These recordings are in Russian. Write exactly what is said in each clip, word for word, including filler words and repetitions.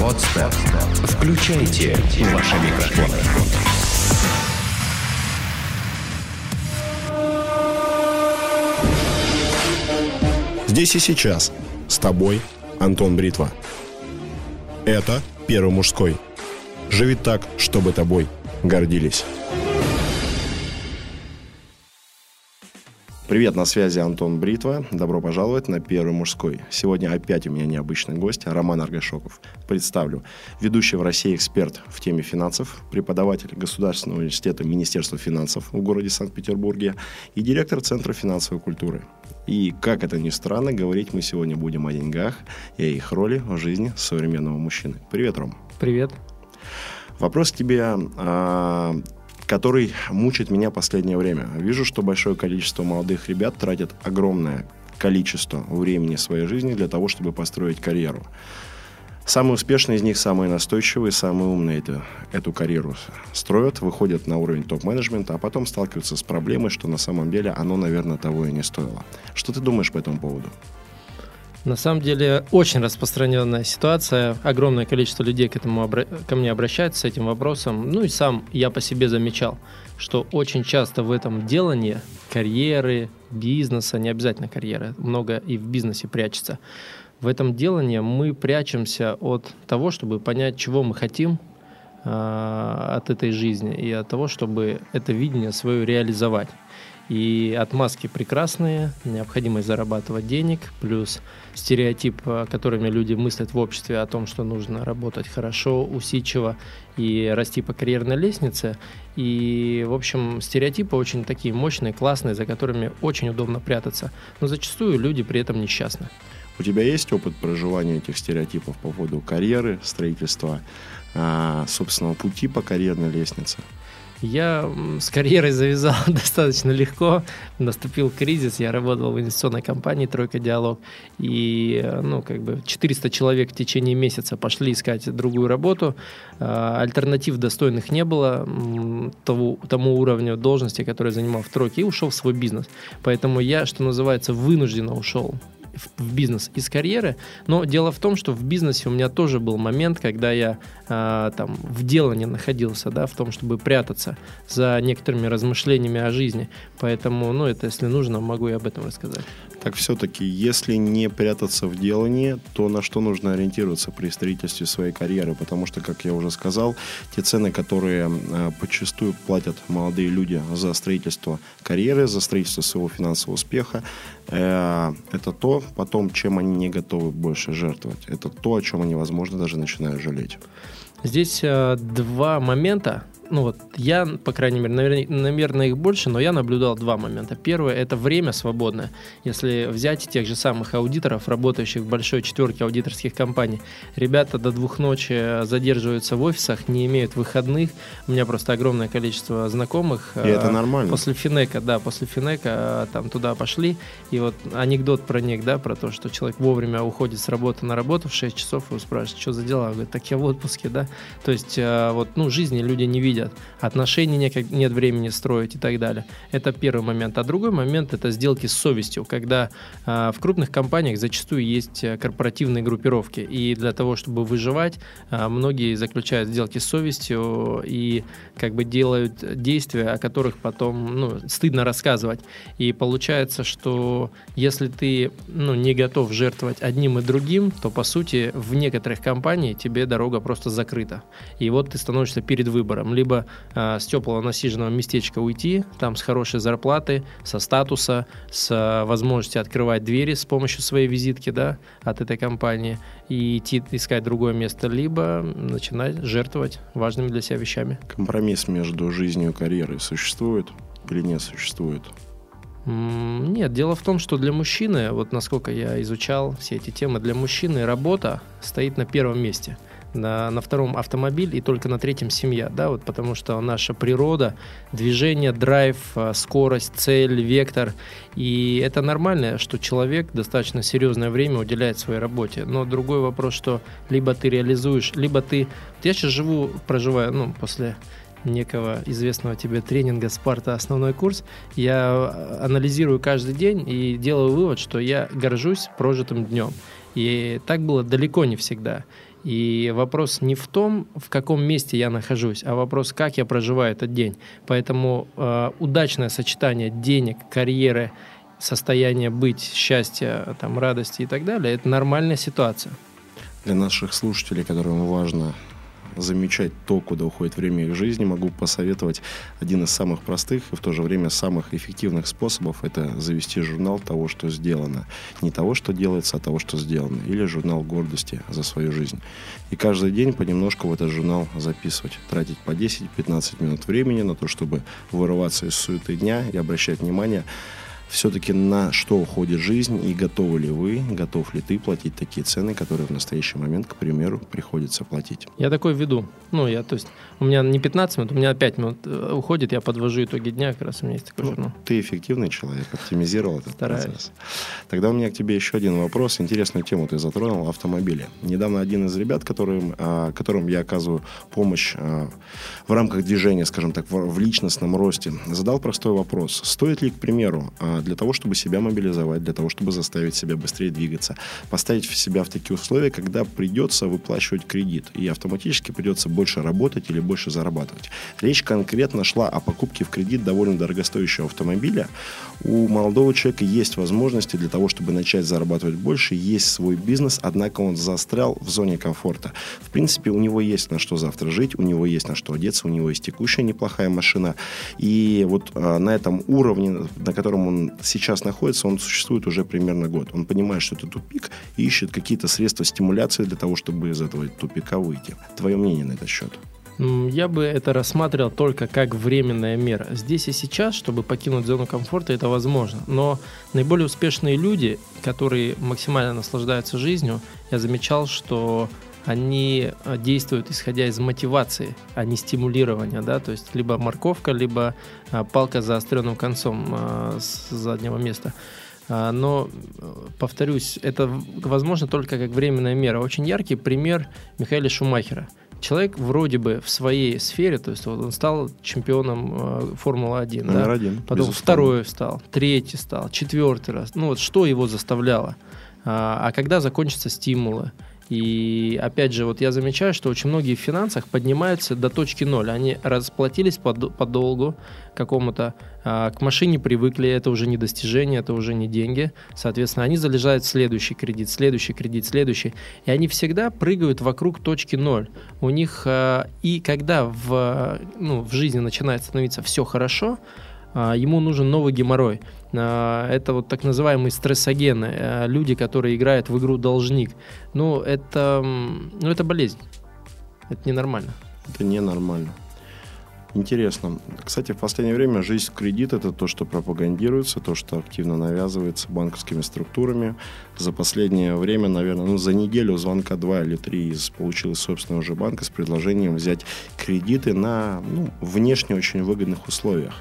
Подстер. Включайте ваши микрофоны. Здесь и сейчас. С тобой Антон Бритва. Это Первый мужской. Живи так, чтобы тобой гордились. Привет, на связи Антон Бритва. Добро пожаловать на Первый мужской. Сегодня опять у меня необычный гость, Роман Аргашоков. Представлю. Ведущий в России эксперт в теме финансов, преподаватель Государственного университета Министерства финансов в городе Санкт-Петербурге и директор Центра финансовой культуры. И, как это ни странно, говорить мы сегодня будем о деньгах и о их роли в жизни современного мужчины. Привет, Ром. Привет. Вопрос к тебе, а, который мучает меня последнее время. Вижу, что большое количество молодых ребят тратят огромное количество времени в своей жизни для того, чтобы построить карьеру. Самые успешные из них, самые настойчивые, самые умные эту, эту карьеру строят, выходят на уровень топ-менеджмента, а потом сталкиваются с проблемой, что на самом деле оно, наверное, того и не стоило. Что ты думаешь по этому поводу? На самом деле очень распространенная ситуация. Огромное количество людей к этому обра... ко мне обращаются с этим вопросом. Ну и сам я по себе замечал, что очень часто в этом делании карьеры, бизнеса, не обязательно карьеры, много и в бизнесе прячется. В этом делании мы прячемся от того, чтобы понять, чего мы хотим э, от этой жизни, и от того, чтобы это видение свое реализовать. И отмазки прекрасные, необходимость зарабатывать денег, плюс стереотип, которыми люди мыслят в обществе о том, что нужно работать хорошо, усидчиво и расти по карьерной лестнице. И, в общем, стереотипы очень такие мощные, классные, за которыми очень удобно прятаться. Но зачастую люди при этом несчастны. У тебя есть опыт проживания этих стереотипов по поводу карьеры, строительства, собственного пути по карьерной лестнице? Я с карьерой завязал достаточно легко. Наступил кризис, я работал в инвестиционной компании «Тройка Диалог». И ну, как бы четыреста человек в течение месяца пошли искать другую работу. Альтернатив достойных не было того, тому уровню должности, который я занимал в «Тройке», и ушел в свой бизнес. Поэтому я, что называется, вынужденно ушел в бизнес из карьеры, но дело в том, что в бизнесе у меня тоже был момент, когда я э, там в делании находился, да, в том, чтобы прятаться за некоторыми размышлениями о жизни, поэтому, ну, это, если нужно, могу и об этом рассказать. Так все-таки, если не прятаться в делании, то на что нужно ориентироваться при строительстве своей карьеры? Потому что, как я уже сказал, те цены, которые э, подчастую платят молодые люди за строительство карьеры, за строительство своего финансового успеха, э, это то, потом, чем они не готовы больше жертвовать. Это то, о чем они, возможно, даже начинают жалеть. Здесь э, два момента. Ну вот я, по крайней мере, наверное, наверное, их больше, но я наблюдал два момента. Первое – это время свободное. Если взять тех же самых аудиторов, работающих в большой четверке аудиторских компаний, ребята до двух ночи задерживаются в офисах, не имеют выходных. У меня просто огромное количество знакомых. И это нормально. После Финека, да, после Финека там туда пошли. И вот анекдот про них, да, про то, что человек вовремя уходит с работы на работу в шесть часов, и спрашивает, что за дела? Он говорит, так я в отпуске, да. То есть вот, ну, жизни люди не видят. Отношений нет, нет времени строить и так далее. Это первый момент. А другой момент – это сделки с совестью, когда э, в крупных компаниях зачастую есть корпоративные группировки. И для того, чтобы выживать, э, многие заключают сделки с совестью и как бы делают действия, о которых потом ну, стыдно рассказывать. И получается, что если ты ну, не готов жертвовать одним и другим, то, по сути, в некоторых компаниях тебе дорога просто закрыта. И вот ты становишься перед выбором. Либо Либо э, с теплого насиженного местечка уйти, там с хорошей зарплаты, со статуса, с э, возможностью открывать двери с помощью своей визитки, да, от этой компании и идти искать другое место, либо начинать жертвовать важными для себя вещами. Компромисс между жизнью и карьерой существует или не существует? Нет, дело в том, что для мужчины, вот насколько я изучал все эти темы, для мужчины работа стоит на первом месте. На, на втором автомобиль и только на третьем семья, да, вот потому что наша природа, движение, драйв, скорость, цель, вектор, и это нормально, что человек достаточно серьезное время уделяет своей работе, но другой вопрос, что либо ты реализуешь, либо ты, я сейчас живу, проживаю, ну, после некого известного тебе тренинга «Спарта. Основной курс», я анализирую каждый день и делаю вывод, что я горжусь прожитым днем. И так было далеко не всегда. И вопрос не в том, в каком месте я нахожусь, а вопрос, как я проживаю этот день. Поэтому э, удачное сочетание денег, карьеры, состояния быть, счастья, там, радости и так далее – это нормальная ситуация. Для наших слушателей, которым важно замечать то, куда уходит время их жизни, могу посоветовать один из самых простых и в то же время самых эффективных способов – это завести журнал того, что сделано. Не того, что делается, а того, что сделано. Или журнал гордости за свою жизнь. И каждый день понемножку в этот журнал записывать. Тратить по десять-пятнадцать минут времени на то, чтобы вырываться из суеты дня и обращать внимание все-таки на что уходит жизнь и готовы ли вы, готов ли ты платить такие цены, которые в настоящий момент, к примеру, приходится платить. Я такой веду. Ну, я, то есть, у меня не пятнадцать минут, у меня пять минут уходит, я подвожу итоги дня, как раз у меня есть такой ну, журнал. Ты эффективный человек, оптимизировал этот Стараюсь. процесс. Тогда у меня к тебе еще один вопрос. Интересную тему ты затронул, автомобили. Недавно один из ребят, которым, а, которым я оказываю помощь а, в рамках движения, скажем так, в, в личностном росте, задал простой вопрос. Стоит ли, к примеру, а, для того, чтобы себя мобилизовать, для того, чтобы заставить себя быстрее двигаться, поставить себя в такие условия, когда придется выплачивать кредит, и автоматически придется больше работать или больше зарабатывать. Речь конкретно шла о покупке в кредит довольно дорогостоящего автомобиля. У молодого человека есть возможности для того, чтобы начать зарабатывать больше, есть свой бизнес, однако он застрял в зоне комфорта. В принципе, у него есть на что завтра жить, у него есть на что одеться, у него есть текущая неплохая машина, и вот а, на этом уровне, на котором он сейчас находится, он существует уже примерно год. Он понимает, что это тупик, и ищет какие-то средства стимуляции для того, чтобы из этого тупика выйти. Твое мнение на этот счет? Я бы это рассматривал только как временная мера. Здесь и сейчас, чтобы покинуть зону комфорта, это возможно. Но наиболее успешные люди, которые максимально наслаждаются жизнью, я замечал, что они действуют исходя из мотивации, а не стимулирования, да, то есть либо морковка, либо а, палка с заостренным концом а, с заднего места. А, но, повторюсь, это возможно только как временная мера. Очень яркий пример Михаэля Шумахера. Человек вроде бы в своей сфере, то есть вот он стал чемпионом э, Формулы один, номер да? один, Потом безусловно. Второй стал, третий стал, четвертый раз. Ну вот что его заставляло? А, а когда закончатся стимулы? И опять же, вот я замечаю, что очень многие в финансах поднимаются до точки ноль. Они расплатились по, по долгу какому-то, а, к машине привыкли, это уже не достижение, это уже не деньги. Соответственно, они залезают в следующий кредит, следующий кредит, следующий. И они всегда прыгают вокруг точки ноль. У них, а, и когда в, ну, в жизни начинает становиться все хорошо, ему нужен новый геморрой. Это вот так называемые стрессогены, люди, которые играют в игру должник. Ну, это, ну, это болезнь. Это ненормально. Это ненормально. Интересно. Кстати, в последнее время жизнь в кредит – это то, что пропагандируется, то, что активно навязывается банковскими структурами. За последнее время, наверное, ну, за неделю звонка два или три из получил из собственного же банка с предложением взять кредиты на, ну, внешне очень выгодных условиях.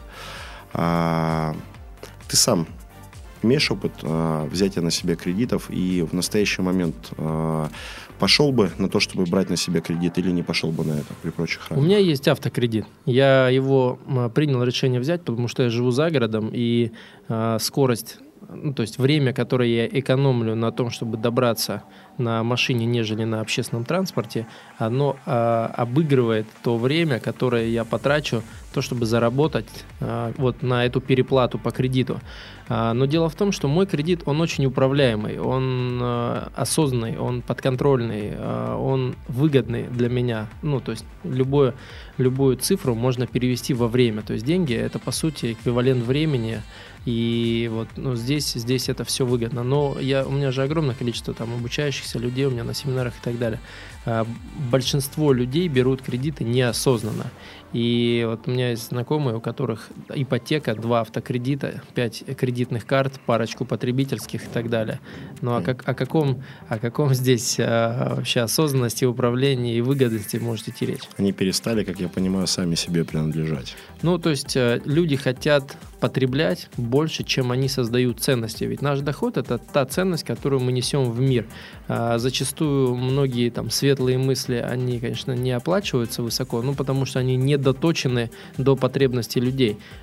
А, ты сам имеешь опыт а, взятия на себя кредитов и в настоящий момент а, пошел бы на то, чтобы брать на себя кредит, или не пошел бы на это при прочих равных? У меня есть автокредит. Я его а, принял решение взять, потому что я живу за городом, и а, скорость, ну, то есть время, которое я экономлю на том, чтобы добраться на машине, нежели на общественном транспорте, оно а, обыгрывает то время, которое я потрачу, то, чтобы заработать а, вот на эту переплату по кредиту. А, но дело в том, что мой кредит, он очень управляемый, он а, осознанный, он подконтрольный, а, он выгодный для меня. Ну, то есть любую, любую цифру можно перевести во время. То есть деньги – это, по сути, эквивалент времени. И вот, ну, здесь, здесь это все выгодно. Но я, у меня же огромное количество там обучающихся людей, у меня на семинарах и так далее. А, большинство людей берут кредиты неосознанно. И вот у меня есть знакомые, у которых ипотека, два автокредита, пять кредитных карт, парочку потребительских и так далее. Ну, а как, о, каком, о каком здесь а, вообще осознанности, управлении и выгодности может идти речь? Они перестали, как я понимаю, сами себе принадлежать. Ну, то есть люди хотят потреблять больше, чем они создают ценности. Ведь наш доход – это та ценность, которую мы несем в мир. А, зачастую многие там светлые мысли, они, конечно, не оплачиваются высоко, ну, потому что они не доточены до потребностей людей.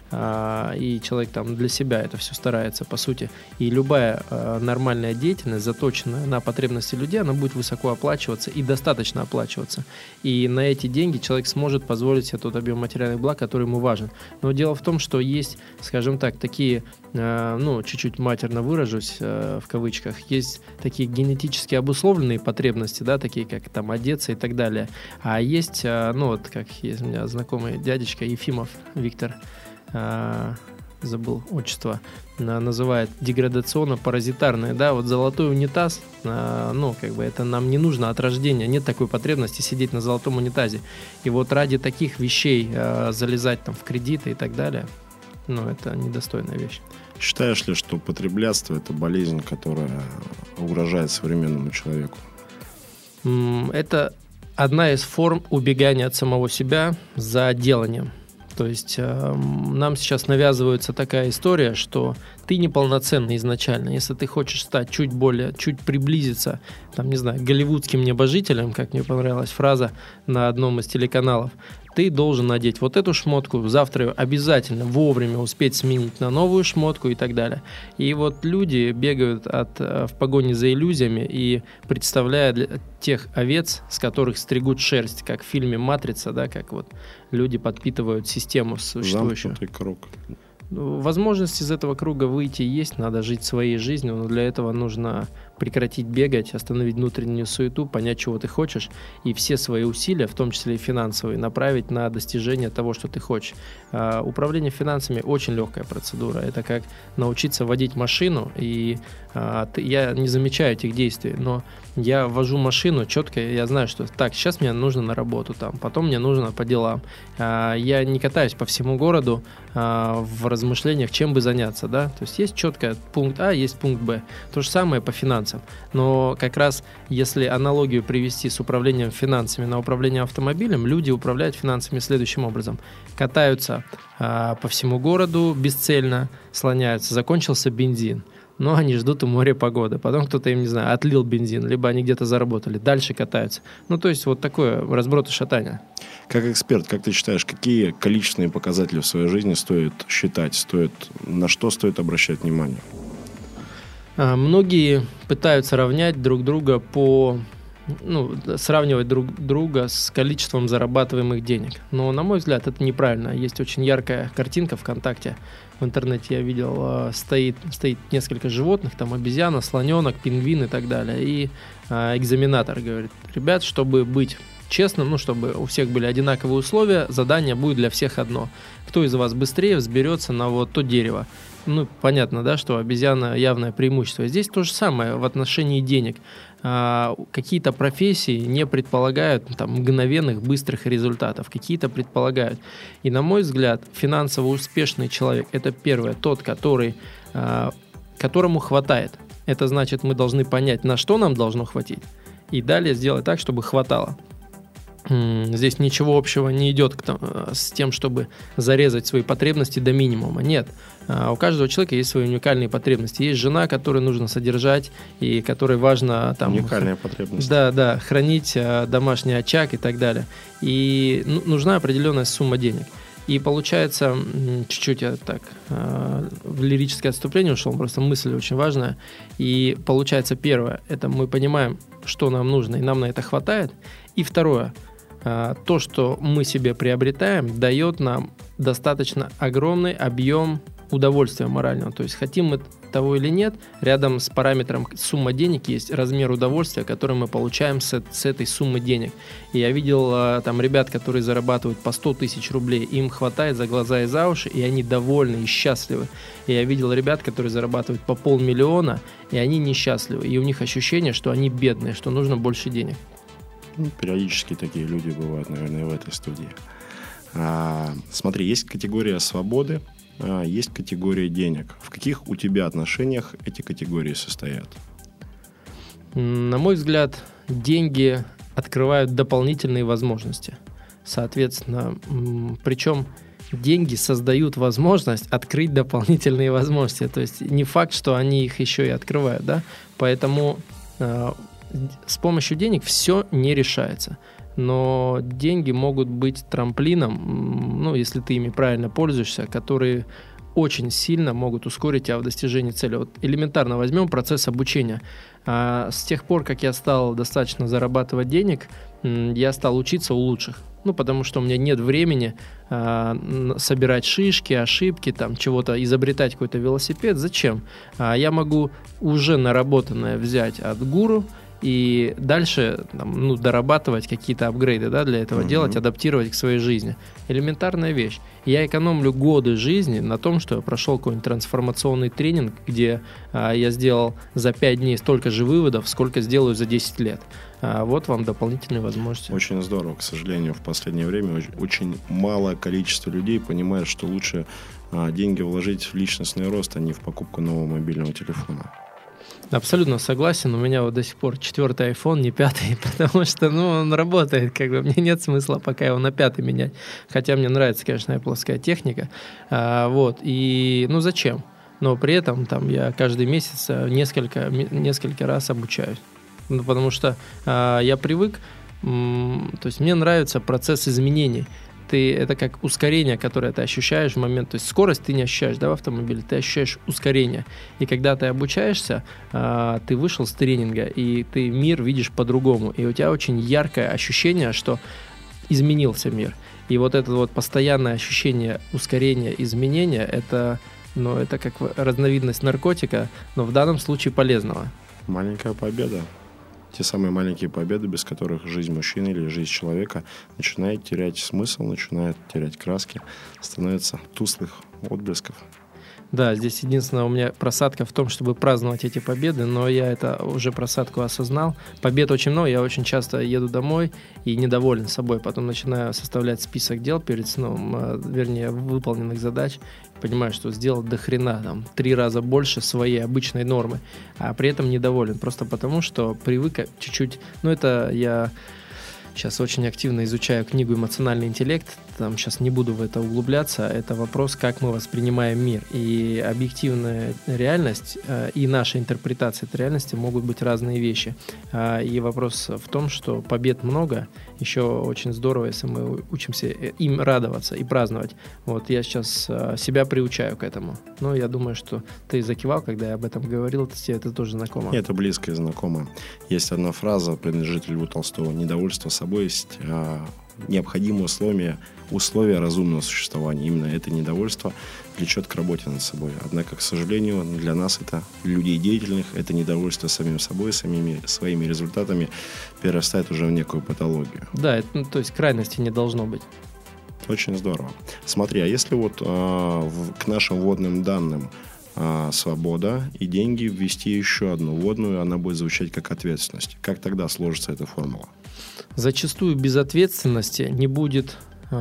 а, и человек там для себя это все старается, по сути. И любая а, нормальная деятельность, заточенная на потребности людей, она будет высоко оплачиваться и достаточно оплачиваться. И на эти деньги человек сможет позволить себе тот объем материальных благ, который ему важен. Но дело в том, что есть, скажем так, такие, а, ну, чуть-чуть матерно выражусь, а, в кавычках, есть такие генетически обусловленные потребности, да, такие как там одеться и так далее. А есть, а, ну, вот как есть у меня знакомый дядечка Ефимов Виктор, а, забыл отчество, а, называет деградационно-паразитарные, да, вот золотой унитаз, а, ну, как бы это нам не нужно от рождения, нет такой потребности сидеть на золотом унитазе. И вот ради таких вещей а, залезать там в кредиты и так далее, ну, это недостойная вещь. Считаешь ли, что потреблятство – это болезнь, которая угрожает современному человеку? Это одна из форм убегания от самого себя за деланием. То есть э, нам сейчас навязывается такая история, что ты неполноценный изначально. Если ты хочешь стать чуть более, чуть приблизиться, там, не знаю, голливудским небожителем, как мне понравилась фраза на одном из телеканалов, ты должен надеть вот эту шмотку, завтра ее обязательно вовремя успеть сменить на новую шмотку и так далее. И вот люди бегают от, в погоне за иллюзиями и представляя для тех овец, с которых стригут шерсть, как в фильме «Матрица», да, как вот люди подпитывают систему существующую. Замкнутый круг. Возможность из этого круга выйти есть, надо жить своей жизнью, но для этого нужно прекратить бегать, остановить внутреннюю суету, понять, чего ты хочешь, и все свои усилия, в том числе и финансовые, направить на достижение того, что ты хочешь. А, управление финансами очень легкая процедура. Это как научиться водить машину, и а, ты, я не замечаю этих действий, но я вожу машину четко, я знаю, что так, сейчас мне нужно на работу, там, потом мне нужно по делам. А, я не катаюсь по всему городу а, в размышлениях, чем бы заняться, да, то есть есть четко пункт А, есть пункт Б. То же самое по финансам. Но как раз если аналогию привести с управлением финансами на управление автомобилем, люди управляют финансами следующим образом. Катаются а, по всему городу бесцельно, слоняются, закончился бензин. Но они ждут у моря погоды. Потом кто-то им, не знаю, отлил бензин, либо они где-то заработали. Дальше катаются. Ну, то есть вот такое разброд и шатание. Как эксперт, как ты считаешь, какие количественные показатели в своей жизни стоит считать, стоит, на что стоит обращать внимание? А, многие пытаются равнять друг друга по... Ну, сравнивать друг друга с количеством зарабатываемых денег. Но, на мой взгляд, это неправильно. Есть очень яркая картинка ВКонтакте. В интернете я видел, стоит, стоит несколько животных, там обезьяна, слоненок, пингвин и так далее. И а, экзаменатор говорит: ребят, чтобы быть честным, ну, чтобы у всех были одинаковые условия, задание будет для всех одно. Кто из вас быстрее взберется на вот то дерево? Ну, понятно, да, что обезьяна явное преимущество. Здесь то же самое в отношении денег. А, какие-то профессии не предполагают там мгновенных, быстрых результатов. Какие-то предполагают. И, на мой взгляд, финансово успешный человек – это первое, тот, который, а, которому хватает. Это значит, мы должны понять, на что нам должно хватить, и далее сделать так, чтобы хватало. Здесь ничего общего не идет к тому, с тем, чтобы зарезать свои потребности до минимума. Нет. У каждого человека есть свои уникальные потребности. Есть жена, которую нужно содержать, и которой важно там, уникальная потребность. Да, да, хранить домашний очаг и так далее. И нужна определенная сумма денег. И получается, чуть-чуть я так в лирическое отступление ушел, просто мысль очень важная. И получается, первое, это мы понимаем, что нам нужно, и нам на это хватает. И второе, то, что мы себе приобретаем, дает нам достаточно огромный объем удовольствия морального. То есть хотим мы того или нет, рядом с параметром сумма денег есть размер удовольствия, который мы получаем с, с этой суммы денег. И я видел там ребят, которые зарабатывают по сто тысяч рублей, им хватает за глаза и за уши, и они довольны и счастливы. И я видел ребят, которые зарабатывают по полмиллиона, и они несчастливы. И у них ощущение, что они бедные, что нужно больше денег. Периодически такие люди бывают, наверное, в этой студии. А, смотри, есть категория свободы, а, есть категория денег. В каких у тебя отношениях эти категории состоят? На мой взгляд, деньги открывают дополнительные возможности. Соответственно, причем деньги создают возможность открыть дополнительные возможности. То есть не факт, что они их еще и открывают, да? Поэтому с помощью денег все не решается. но деньги могут быть трамплином, ну, если ты ими правильно пользуешься, которые очень сильно могут ускорить тебя в достижении цели. Вот элементарно возьмем процесс обучения. А с тех пор, как я стал достаточно зарабатывать денег, я стал учиться у лучших. Ну, потому что у меня нет времени а, собирать шишки, ошибки, там, чего-то, изобретать какой-то велосипед. Зачем? А, я могу уже наработанное взять от гуру и дальше там, ну, дорабатывать какие-то апгрейды, да, для этого mm-hmm. делать, адаптировать к своей жизни. Элементарная вещь. Я экономлю годы жизни на том, что я прошел какой-нибудь трансформационный тренинг, где а, я сделал за пять дней столько же выводов, сколько сделаю за десять лет. А вот вам дополнительные возможности. Очень здорово. К сожалению, в последнее время очень, очень малое количество людей понимает, что лучше а, деньги вложить в личностный рост, а не в покупку нового мобильного телефона. Абсолютно согласен. У меня вот до сих пор четвертый iPhone, не пятый, потому что, ну, он работает, как бы, мне нет смысла пока его на пятый менять. Хотя мне нравится, конечно, Apple-ская техника. А, вот, и, ну, зачем? Но при этом там я каждый месяц несколько, несколько раз обучаюсь. Ну, потому что а, я привык, м, то есть мне нравится процесс изменений. Ты, это как ускорение, которое ты ощущаешь в момент. То есть скорость ты не ощущаешь, да, в автомобиле, ты ощущаешь ускорение. И когда ты обучаешься, а, ты вышел с тренинга, и ты мир видишь по-другому. И у тебя очень яркое ощущение, что изменился мир. И вот это вот постоянное ощущение ускорения, изменения, это, ну, это как разновидность наркотика, но в данном случае полезного. Маленькая победа. Те самые маленькие победы, без которых жизнь мужчины или жизнь человека начинает терять смысл, начинает терять краски, становится тусклых отблесков. Да, здесь единственное у меня просадка в том, чтобы праздновать эти победы, но я это уже просадку осознал. Побед очень много, я очень часто еду домой и недоволен собой, потом начинаю составлять список дел перед сном, вернее, выполненных задач, понимаю, что сделал до хрена, там, три раза больше своей обычной нормы, а при этом недоволен, просто потому, что привык чуть-чуть, ну это я... Сейчас очень активно изучаю книгу «Эмоциональный интеллект». Там сейчас не буду в это углубляться. Это вопрос, как мы воспринимаем мир. И объективная реальность э, и наша интерпретация этой реальности могут быть разные вещи. А, и вопрос в том, что побед много. Еще очень здорово, если мы учимся им радоваться и праздновать. Вот я сейчас э, себя приучаю к этому. Но я думаю, что ты закивал, когда я об этом говорил. Тебе это тоже знакомо. Это близко и знакомо. Есть одна фраза, принадлежит Льву Толстому: «Недовольство собой есть а, необходимое условие, условие разумного существования». Именно это недовольство влечет к работе над собой. Однако, к сожалению, для нас, это людей деятельных, это недовольство самим собой, самими своими результатами перерастает уже в некую патологию. Да, это, ну, то есть крайности не должно быть. Очень здорово. Смотри, а если вот а, в, к нашим вводным данным а, свобода и деньги ввести еще одну вводную, она будет звучать как ответственность. Как тогда сложится эта формула? Зачастую без ответственности не будет,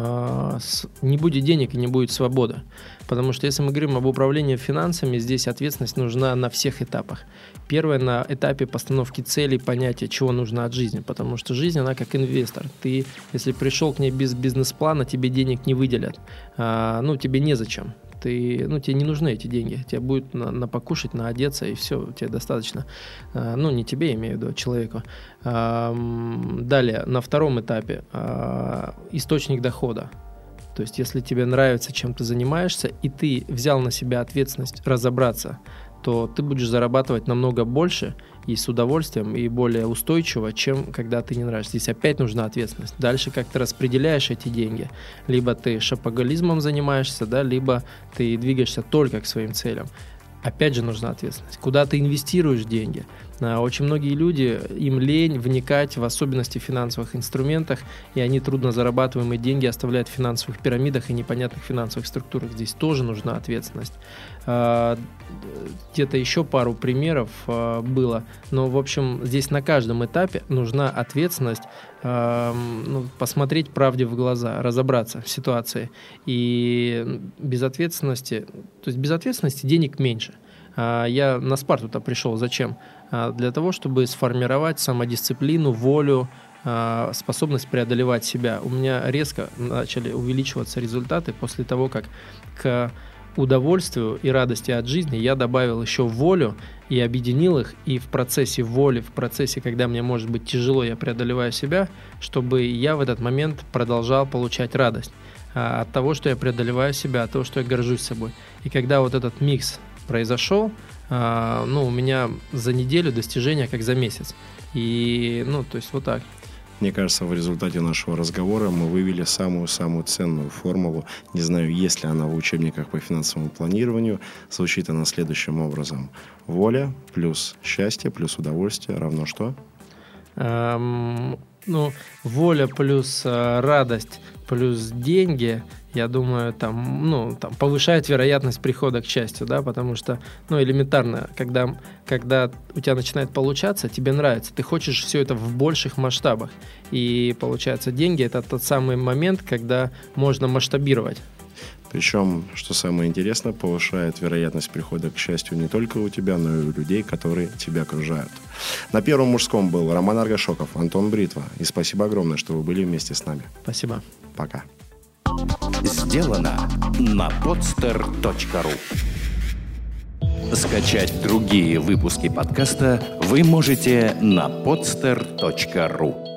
э, с, не будет денег и не будет свободы. Потому что если мы говорим об управлении финансами, здесь ответственность нужна на всех этапах. Первое, на этапе постановки целей, понятия, чего нужно от жизни. Потому что жизнь, она как инвестор. Ты, если пришел к ней без бизнес-плана, тебе денег не выделят. А, ну, тебе незачем. Ты, ну, тебе не нужны эти деньги. Тебе будет на, на покушать, на одеться, и все, тебе достаточно. А, ну, не тебе, я имею в виду, а человеку. А, далее, на втором этапе а, источник дохода. То есть, если тебе нравится, чем ты занимаешься, и ты взял на себя ответственность разобраться, то ты будешь зарабатывать намного больше и с удовольствием, и более устойчиво, чем когда ты не нравишься. Здесь опять нужна ответственность. Дальше как ты распределяешь эти деньги. Либо ты шопоголизмом занимаешься, да, либо ты двигаешься только к своим целям. Опять же нужна ответственность. Куда ты инвестируешь деньги? Очень многие люди, им лень вникать в особенности финансовых инструментах, и они трудно зарабатываемые деньги оставляют в финансовых пирамидах и непонятных финансовых структурах. Здесь тоже нужна ответственность. Где-то еще пару примеров было, но, в общем, здесь на каждом этапе нужна ответственность, ну, посмотреть правде в глаза, разобраться в ситуации. И без ответственности, то есть без ответственности денег меньше. Я на Спарту-то пришел зачем? Для того, чтобы сформировать самодисциплину, волю, способность преодолевать себя. У меня резко начали увеличиваться результаты после того, как к удовольствию и радости от жизни я добавил еще волю и объединил их, и в процессе воли, в процессе, когда мне может быть тяжело, я преодолеваю себя, чтобы я в этот момент продолжал получать радость а, от того, что я преодолеваю себя, от того, что я горжусь собой. И когда вот этот микс произошел, а, ну, у меня за неделю достижения как за месяц. И, ну, то есть вот так. Мне кажется, в результате нашего разговора мы вывели самую-самую ценную формулу. Не знаю, есть ли она в учебниках по финансовому планированию. Звучит она следующим образом. Воля плюс счастье плюс удовольствие равно что? Эм, ну, воля плюс э, радость плюс деньги, я думаю, там, ну, там повышает вероятность прихода к счастью, да, потому что, ну, элементарно, когда, когда у тебя начинает получаться, тебе нравится, ты хочешь все это в больших масштабах, и получается, деньги — это тот самый момент, когда можно масштабировать. Причем, что самое интересное, повышает вероятность прихода к счастью не только у тебя, но и у людей, которые тебя окружают. На Первом мужском был Роман Аргашоков, Антон Бритва. И спасибо огромное, что вы были вместе с нами. Спасибо. Пока. Сделано на подстер точка ру. Скачать другие выпуски подкаста вы можете на подстер точка ру.